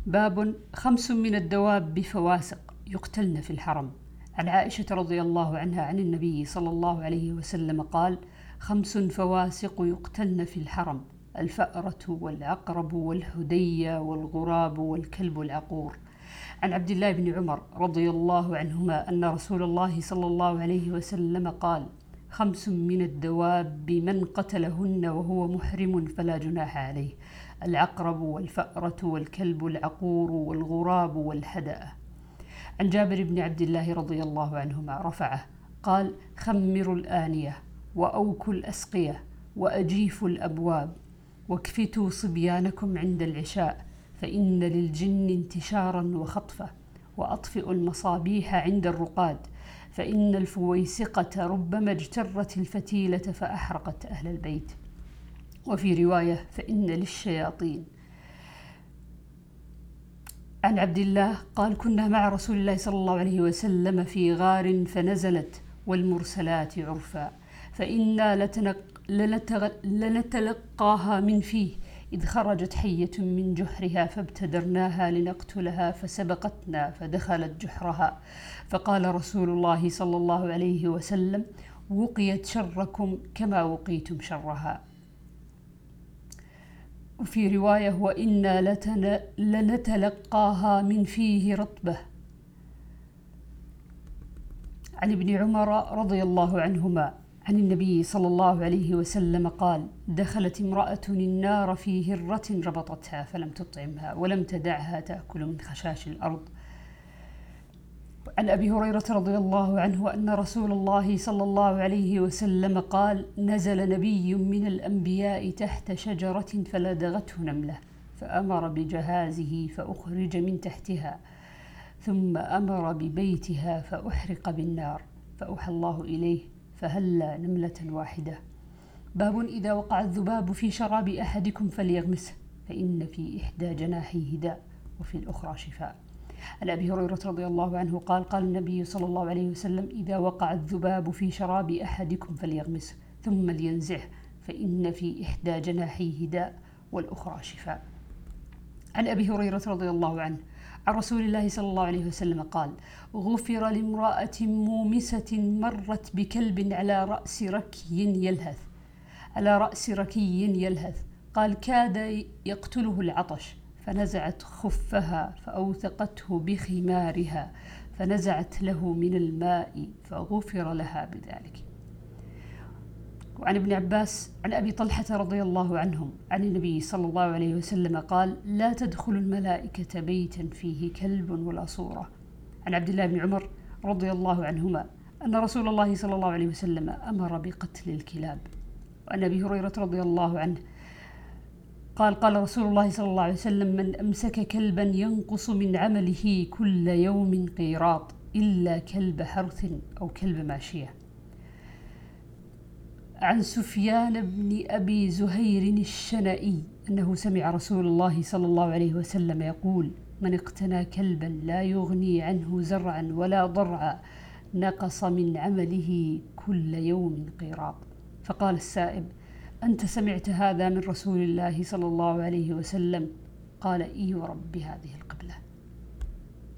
باب 5 من الدواب بفواسق يقتلن في الحرم. عن عائشة رضي الله عنها عن النبي صلى الله عليه وسلم قال: 5 فواسق يقتلن في الحرم: الفأرة والعقرب والهدي والغراب والكلب العقور. عن عبد الله بن عمر رضي الله عنهما أن رسول الله صلى الله عليه وسلم قال: 5 من الدواب من قتلهن وهو محرم فلا جناح عليه: العقرب والفأرة والكلب العقور والغراب والحدأة. عن جابر بن عبد الله رضي الله عنهما رفعه قال: خمروا الآنية وأوكوا الأسقية وأجيفوا الأبواب واكفتوا صبيانكم عند العشاء، فإن للجن انتشارا وخطفة، وأطفئوا المصابيح عند الرقاد، فإن الفويسقة ربما اجترت الفتيلة فأحرقت أهل البيت. وفي رواية: فإن للشياطين. عن عبد الله قال: كنا مع رسول الله صلى الله عليه وسلم في غار فنزلت والمرسلات عرفا، فإنا لنتلقاها من فيه، إذ خرجت حية من جحرها فابتدرناها لنقتلها فسبقتنا فدخلت جحرها، فقال رسول الله صلى الله عليه وسلم: وقيت شركم كما وقيتم شرها. وفي رواية: وإنا لنتلقاها من فيه رطبة. عن ابن عمر رضي الله عنهما عن النبي صلى الله عليه وسلم قال: دخلت امرأة النار في هرة ربطتها فلم تطعمها ولم تدعها تأكل من خشاش الأرض. عن أبي هريرة رضي الله عنه أن رسول الله صلى الله عليه وسلم قال: نزل نبي من الأنبياء تحت شجرة فلدغته نملة، فأمر بجهازه فأخرج من تحتها، ثم أمر ببيتها فأحرق بالنار، فأوحى الله إليه فهلا نملة واحدة. باب إذا وقع الذباب في شراب أحدكم فليغمسه، فإن في إحدى جناحيه داء وفي الأخرى شفاء. عن أبي هريرة رضي الله عنه قال: قال النبي صلى الله عليه وسلم: إذا وقع الذباب في شراب أحدكم فليغمسه ثم لينزعه، فإن في إحدى جناحيه داء والأخرى شفاء. عن أبي هريرة رضي الله عنه عن رسول الله صلى الله عليه وسلم قال: غفر لامرأة مومسة مرت بكلب على رأس ركي يلهث، قال: كاد يقتله العطش، فنزعت خفها فأوثقته بخمارها فنزعت له من الماء فغفر لها بذلك. وعن ابن عباس عن أبي طلحة رضي الله عنهم عن النبي صلى الله عليه وسلم قال: لا تدخل الملائكة بيتا فيه كلب ولا صورة. عن عبد الله بن عمر رضي الله عنهما أن رسول الله صلى الله عليه وسلم أمر بقتل الكلاب. وعن أبي هريرة رضي الله عنه قال: قال رسول الله صلى الله عليه وسلم: من أمسك كلبا ينقص من عمله كل يوم قيراط إلا كلب حرث أو كلب ماشية. عن سفيان بن أبي زهير الشنائي أنه سمع رسول الله صلى الله عليه وسلم يقول: من اقتنى كلبا لا يغني عنه زرعا ولا ضرعا نقص من عمله كل يوم قيراط. فقال السائب: أنت سمعت هذا من رسول الله صلى الله عليه وسلم؟ قال: إي ورب هذه القبلة.